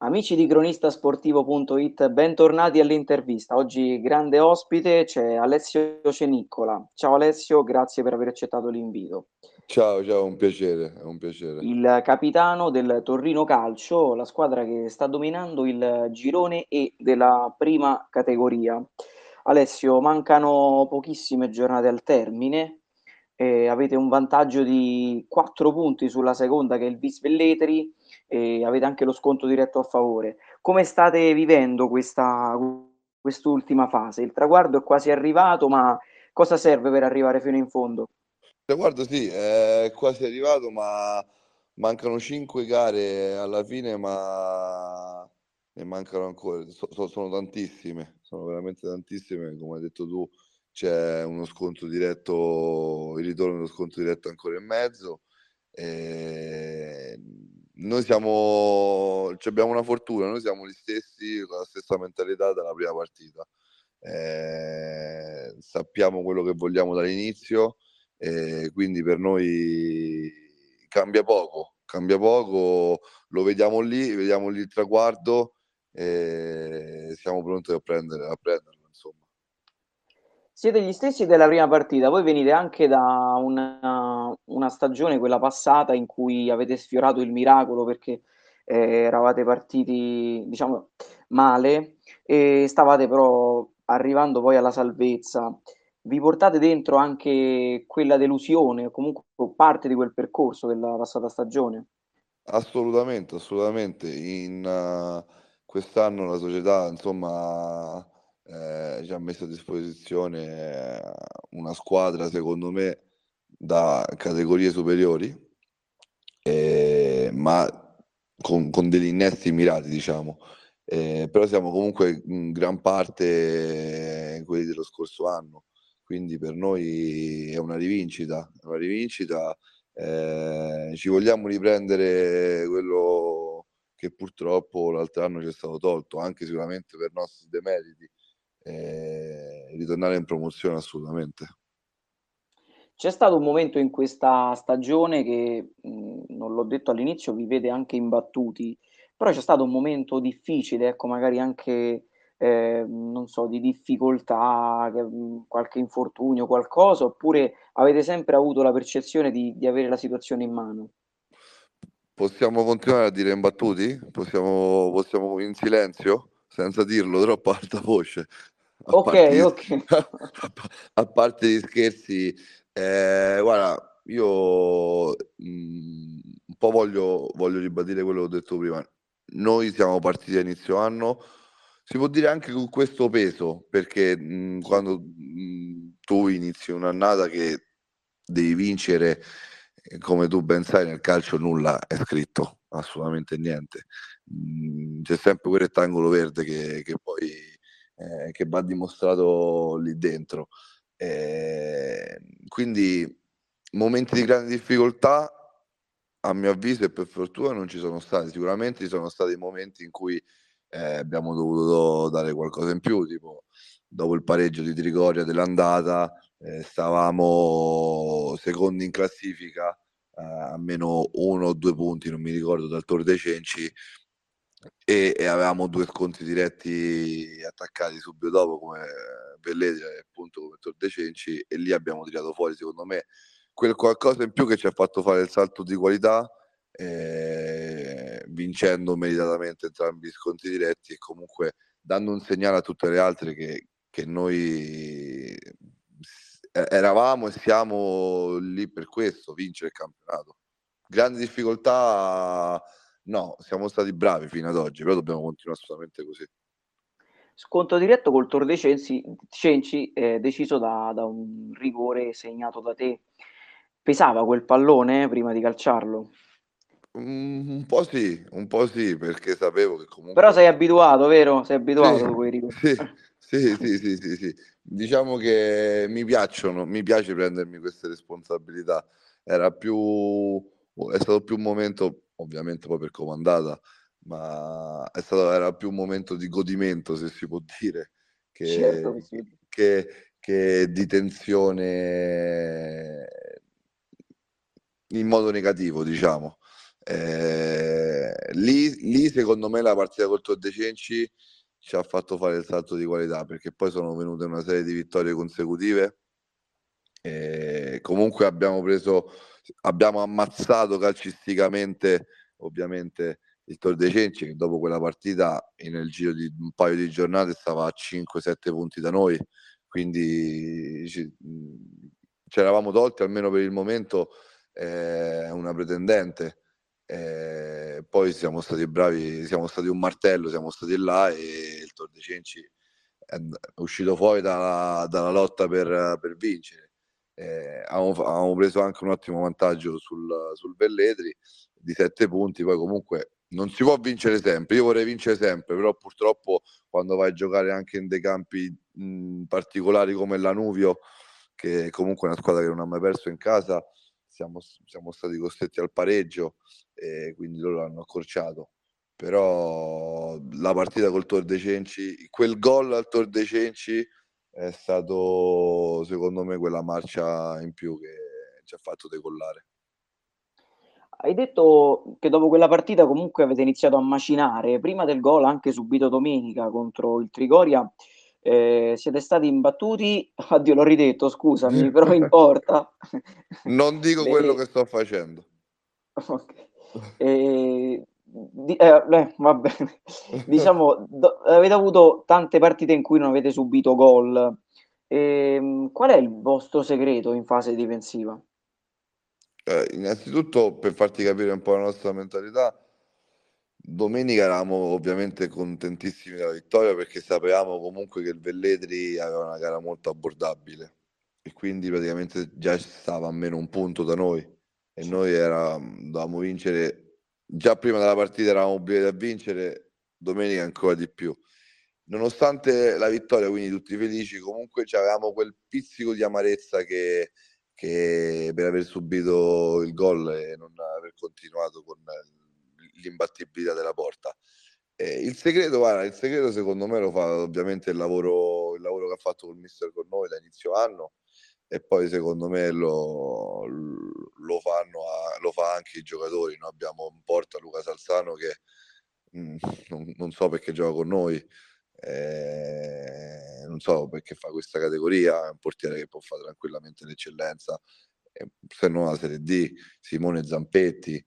Amici di cronistasportivo.it, bentornati all'intervista. Oggi grande ospite c'è Alessio Ceniccola. Ciao Alessio, grazie per aver accettato l'invito. Ciao, ciao, un piacere, è un piacere. Il capitano del Torino Calcio, la squadra che sta dominando il girone E della prima categoria. Alessio, mancano pochissime giornate al termine e avete un vantaggio di 4 punti sulla seconda che è il Vis Velletri e avete anche lo sconto diretto a favore. Come state vivendo quest'ultima fase? Il traguardo è quasi arrivato, ma cosa serve per arrivare fino in fondo? Guarda, sì, è quasi arrivato, ma mancano 5 gare alla fine, ma ne mancano ancora. Sono tantissime, sono veramente tantissime. Come hai detto tu, c'è uno sconto diretto, il ritorno dello sconto diretto ancora in mezzo. E noi abbiamo una fortuna, noi siamo gli stessi, con la stessa mentalità della prima partita. Sappiamo quello che vogliamo dall'inizio, quindi per noi cambia poco, lo vediamo lì il traguardo e siamo pronti a prenderlo, insomma. Siete gli stessi della prima partita, voi venite anche da una stagione, quella passata, in cui avete sfiorato il miracolo perché eravate partiti, diciamo, male e stavate però arrivando poi alla salvezza. Vi portate dentro anche quella delusione, o comunque parte di quel percorso della passata stagione? Assolutamente, assolutamente. Quest'anno la società, insomma, ci ha messo a disposizione una squadra, secondo me, da categorie superiori, ma con degli innesti mirati, diciamo. Però siamo comunque in gran parte quelli dello scorso anno, quindi per noi è una rivincita, ci vogliamo riprendere quello che purtroppo l'altro anno ci è stato tolto, anche sicuramente per nostri demeriti, ritornare in promozione assolutamente. C'è stato un momento in questa stagione che, non l'ho detto all'inizio, vi vede anche imbattuti, però c'è stato un momento difficile, ecco, magari anche, non so, di difficoltà, qualche infortunio, qualcosa, oppure avete sempre avuto la percezione di avere la situazione in mano? Possiamo continuare a dire imbattuti? Possiamo in silenzio, senza dirlo troppo a alta voce, a parte Okay, gli, okay. a parte gli scherzi. Guarda, io un po' voglio ribadire quello che ho detto prima. Noi siamo partiti a inizio anno, si può dire anche con questo peso, perché Sì. quando tu inizi un'annata che devi vincere, come tu ben sai, nel calcio nulla è scritto, assolutamente niente. C'è sempre quel rettangolo verde che poi che va dimostrato lì dentro. Quindi momenti di grande difficoltà, a mio avviso e per fortuna, non ci sono stati. Sicuramente ci sono stati momenti in cui abbiamo dovuto dare qualcosa in più, tipo dopo il pareggio di Trigoria dell'andata, stavamo secondi in classifica, a meno 1 o 2 punti, non mi ricordo, dal Tor dei Cenci, e avevamo 2 sconti diretti attaccati subito dopo, come Velletri e appunto come Tor dei Cenci, e lì abbiamo tirato fuori, secondo me, quel qualcosa in più che ci ha fatto fare il salto di qualità, vincendo meritatamente entrambi gli sconti diretti e comunque dando un segnale a tutte le altre che noi eravamo e siamo lì per questo, vincere il campionato. Grandi difficoltà, no, siamo stati bravi fino ad oggi, però dobbiamo continuare assolutamente così. Sconto diretto col Tor dei Cenci, deciso da un rigore segnato da te. Pesava quel pallone prima di calciarlo? Un po' sì, perché sapevo che Però comunque sei abituato, vero? Sei abituato sì, a quei rigori. sì, sì. Diciamo che mi piace prendermi queste responsabilità. È stato più un momento, ovviamente poi per come è andata, ma era più un momento di godimento, se si può dire, Certo, che, possibile. che di tensione in modo negativo, diciamo. Lì secondo me la partita col Tor de Cenci ci ha fatto fare il salto di qualità, perché poi sono venute una serie di vittorie consecutive. Comunque abbiamo ammazzato calcisticamente ovviamente il Tor de Cenci, che dopo quella partita nel giro di un paio di giornate stava a 5-7 punti da noi, quindi ci eravamo tolti almeno per il momento una pretendente. Poi siamo stati bravi, siamo stati un martello, siamo stati là e il Tor de Cenci è uscito fuori dalla lotta per vincere. Avevamo preso anche un ottimo vantaggio sul Velletri di 7 punti. Poi comunque non si può vincere sempre, io vorrei vincere sempre, però purtroppo quando vai a giocare anche in dei campi particolari come l'Anuvio, che comunque è una squadra che non ha mai perso in casa, siamo stati costretti al pareggio e quindi loro hanno accorciato. Però la partita col Tor de Cenci, quel gol al Tor de Cenci è stato secondo me quella marcia in più che ci ha fatto decollare. Hai detto che dopo quella partita comunque avete iniziato a macinare, prima del gol anche subito domenica contro il Trigoria, siete stati imbattuti, oddio l'ho ridetto, scusami, però importa. Non dico quello Le- che sto facendo. ok. Va bene. Diciamo, avete avuto tante partite in cui non avete subito gol. Qual è il vostro segreto in fase difensiva? Innanzitutto, per farti capire un po' la nostra mentalità, domenica eravamo ovviamente contentissimi della vittoria perché sapevamo comunque che il Velletri aveva una gara molto abbordabile e quindi praticamente già stava a meno un punto da noi e Sì. noi dovevamo vincere, già prima della partita eravamo obbligati a vincere, domenica ancora di più. Nonostante la vittoria, quindi tutti felici, comunque avevamo quel pizzico di amarezza che per aver subito il gol e non aver continuato con l'imbattibilità della porta. Guarda, il segreto secondo me lo fa ovviamente il lavoro che ha fatto col mister con noi da inizio anno e poi secondo me lo fa anche i giocatori. Noi abbiamo in porta Luca Salzano che mh, non so perché gioca con noi, non so perché fa questa categoria, è un portiere che può fare tranquillamente l'eccellenza, se no la Serie D, Simone Zampetti,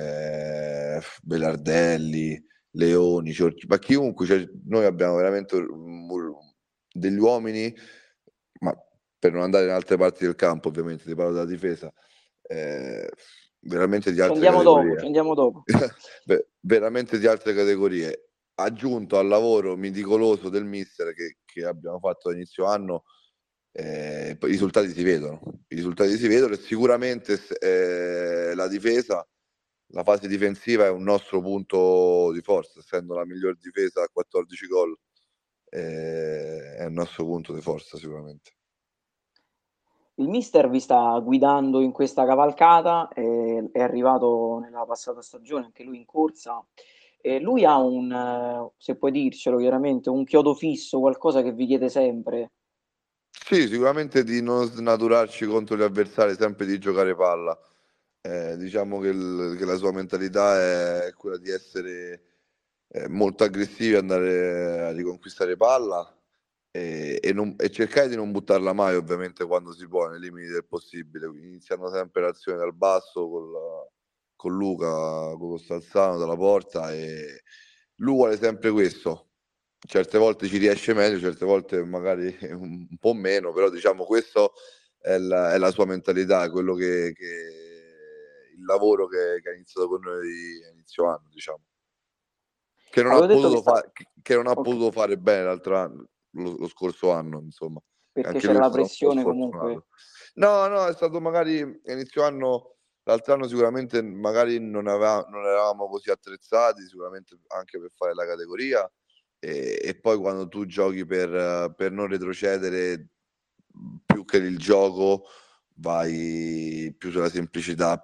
Belardelli, Leoni, ma chiunque, cioè, noi abbiamo veramente degli uomini, ma per non andare in altre parti del campo, ovviamente, ti parlo della difesa, eh, veramente di altre Ci categorie. andiamo dopo. Veramente di altre categorie. Aggiunto al lavoro meticoloso del mister che abbiamo fatto a inizio anno, poi i risultati si vedono e sicuramente la difesa, la fase difensiva è un nostro punto di forza, essendo la miglior difesa a 14 gol, è il nostro punto di forza sicuramente. Il mister vi sta guidando in questa cavalcata, è arrivato nella passata stagione, anche lui in corsa. E lui ha se puoi dircelo chiaramente, un chiodo fisso, qualcosa che vi chiede sempre. Sì, sicuramente di non snaturarci contro gli avversari, sempre di giocare palla. Diciamo che la sua mentalità è quella di essere molto aggressivi, andare a riconquistare palla e cercare di non buttarla mai, ovviamente, quando si può, nei limiti del possibile. Quindi iniziando sempre l'azione dal basso con Luca, con Costanzano dalla porta e lui vuole sempre questo. Certe volte ci riesce meglio, certe volte magari un po' meno, però diciamo questo è la sua mentalità, è quello il lavoro che ha iniziato con noi a inizio anno, diciamo. Che non ha Avevo detto che potuto fare, che non ha ok, potuto fare bene l'altro anno, lo scorso anno, insomma. perché Anche c'era lui è la stato un po' pressione comunque. sfortunato. No, no, è stato magari a inizio anno, l'altro anno sicuramente magari non eravamo così attrezzati, sicuramente anche per fare la categoria. E poi quando tu giochi per non retrocedere, più che il gioco, vai più sulla semplicità,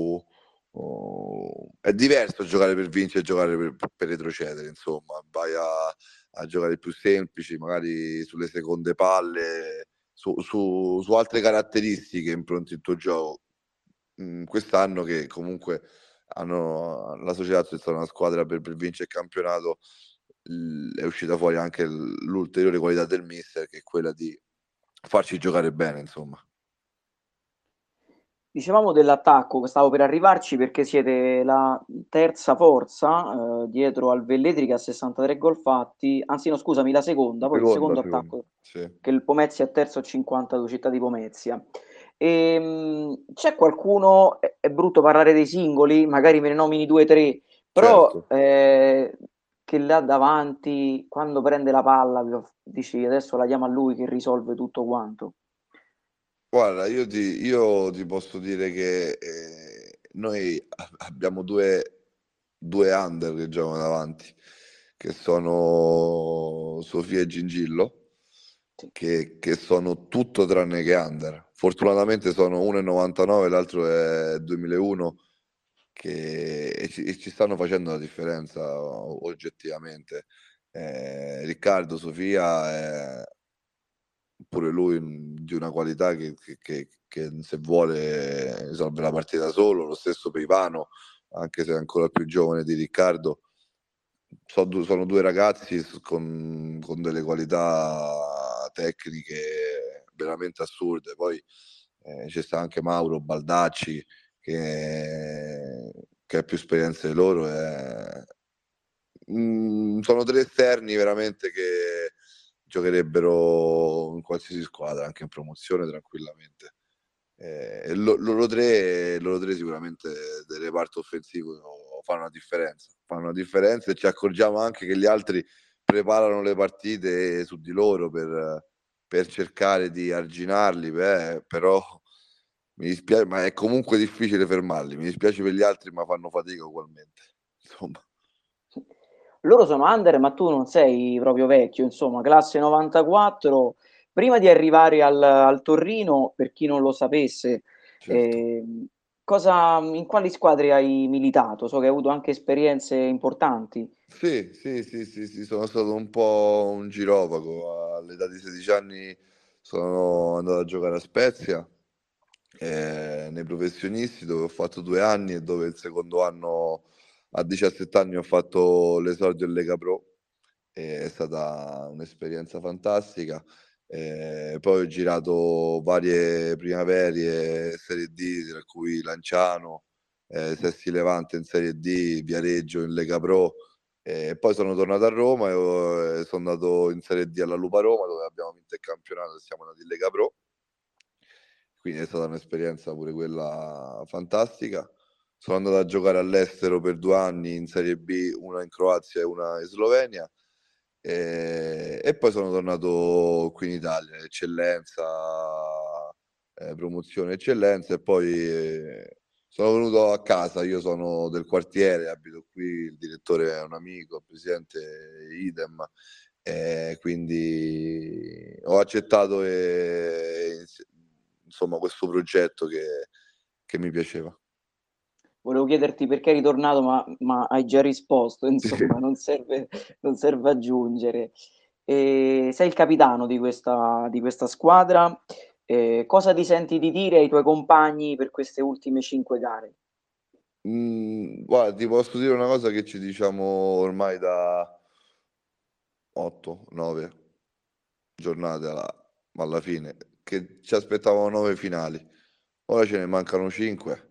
è diverso giocare per vincere e giocare per retrocedere, insomma, vai a giocare più semplici, magari sulle seconde palle, su altre caratteristiche impronti il tuo gioco. Quest'anno che comunque la società è stata una squadra per vincere il campionato, è uscita fuori anche l'ulteriore qualità del mister, che è quella di farci giocare bene, insomma. Dicevamo dell'attacco, stavo per arrivarci perché siete la terza forza dietro al Velletri che ha 63 gol fatti, anzi no scusami, la seconda, poi il Seconda, secondo seconda, attacco sì. che il Pomezia è terzo a 52, Città di Pomezia. C'è qualcuno, è brutto parlare dei singoli, magari me ne nomini due o tre, però Certo. che là davanti, quando prende la palla, dici adesso la diamo a lui che risolve tutto quanto. Guarda, io ti posso dire che noi abbiamo due under che giocano davanti, che sono Sofia e Gingillo, Sì. che sono tutto tranne che under. Fortunatamente sono 1,99, l'altro è 2001, e ci stanno facendo la differenza oggettivamente. Riccardo, Sofia, pure lui di una qualità che se vuole risolve la partita da solo, lo stesso per Ivano, anche se è ancora più giovane di Riccardo. Sono due ragazzi con delle qualità tecniche veramente assurde. Poi c'è sta anche Mauro Baldacci che ha più esperienza di loro. Sono tre esterni veramente che giocherebbero in qualsiasi squadra, anche in promozione tranquillamente. Loro tre sicuramente del reparto offensivo fanno una differenza, e ci accorgiamo anche che gli altri preparano le partite su di loro per cercare di arginarli, però mi dispiace, ma è comunque difficile fermarli. Mi dispiace per gli altri, ma fanno fatica ugualmente. Insomma. Loro sono under, ma tu non sei proprio vecchio, insomma, classe 94. Prima di arrivare al Torrino, per chi non lo sapesse, Certo. in quali squadre hai militato? So che hai avuto anche esperienze importanti. Sì, sì, sì, sì, sì, sono stato un po' un girovago. All'età di 16 anni sono andato a giocare a Spezia, nei professionisti, dove ho fatto 2 anni e dove il secondo anno, a 17 anni, ho fatto l'esordio in Lega Pro. È stata un'esperienza fantastica. Poi ho girato varie primavere, Serie D, tra cui Lanciano, Sesti Levante in Serie D, Viareggio in Lega Pro. Poi sono tornato a Roma e sono andato in Serie D alla Lupa Roma, dove abbiamo vinto il campionato e siamo andati in Lega Pro. Quindi è stata un'esperienza pure quella fantastica. Sono andato a giocare all'estero per 2 anni in Serie B, una in Croazia e una in Slovenia. E poi sono tornato qui in Italia, eccellenza, promozione eccellenza, e poi sono venuto a casa. Io sono del quartiere, abito qui, il direttore è un amico, il presidente idem, quindi ho accettato insomma questo progetto che mi piaceva. Volevo chiederti perché eri tornato, ma hai già risposto, insomma, non serve aggiungere. Sei il capitano di questa squadra. Cosa ti senti di dire ai tuoi compagni per queste ultime 5 gare? Guarda, ti posso dire una cosa che ci diciamo ormai da 8-9 giornate alla fine, che ci aspettavamo 9 finali. Ora ce ne mancano 5,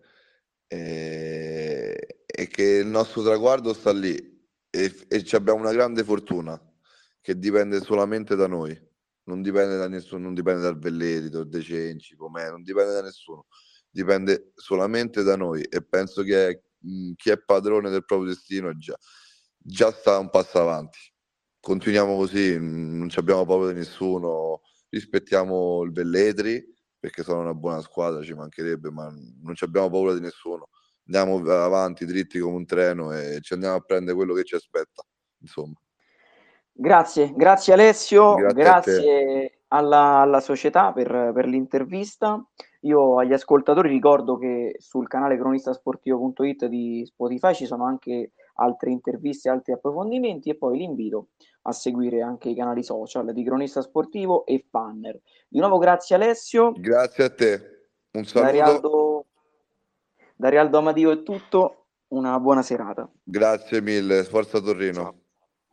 e che il nostro traguardo sta lì, e ci abbiamo una grande fortuna che dipende solamente da noi, non dipende da nessuno, non dipende dal Velletri, De Cenci, com'è, non dipende da nessuno, dipende solamente da noi, e penso che chi è padrone del proprio destino già sta un passo avanti. Continuiamo così, non ci abbiamo paura di nessuno, rispettiamo il Velletri perché sono una buona squadra, ci mancherebbe, ma non ci abbiamo paura di nessuno. Andiamo avanti dritti come un treno e ci andiamo a prendere quello che ci aspetta, insomma. Grazie, grazie Alessio, Grazie a te. grazie alla società per l'intervista. Io agli ascoltatori ricordo che sul canale cronistasportivo.it di Spotify ci sono anche altre interviste, altri approfondimenti, e poi li invito a seguire anche i canali social di Cronista Sportivo e Fanner. Di nuovo grazie Alessio, Grazie a te. Un da saluto. Realdo, da Realdo Amadio è tutto. una buona serata. Grazie mille, forza Torino. Ciao.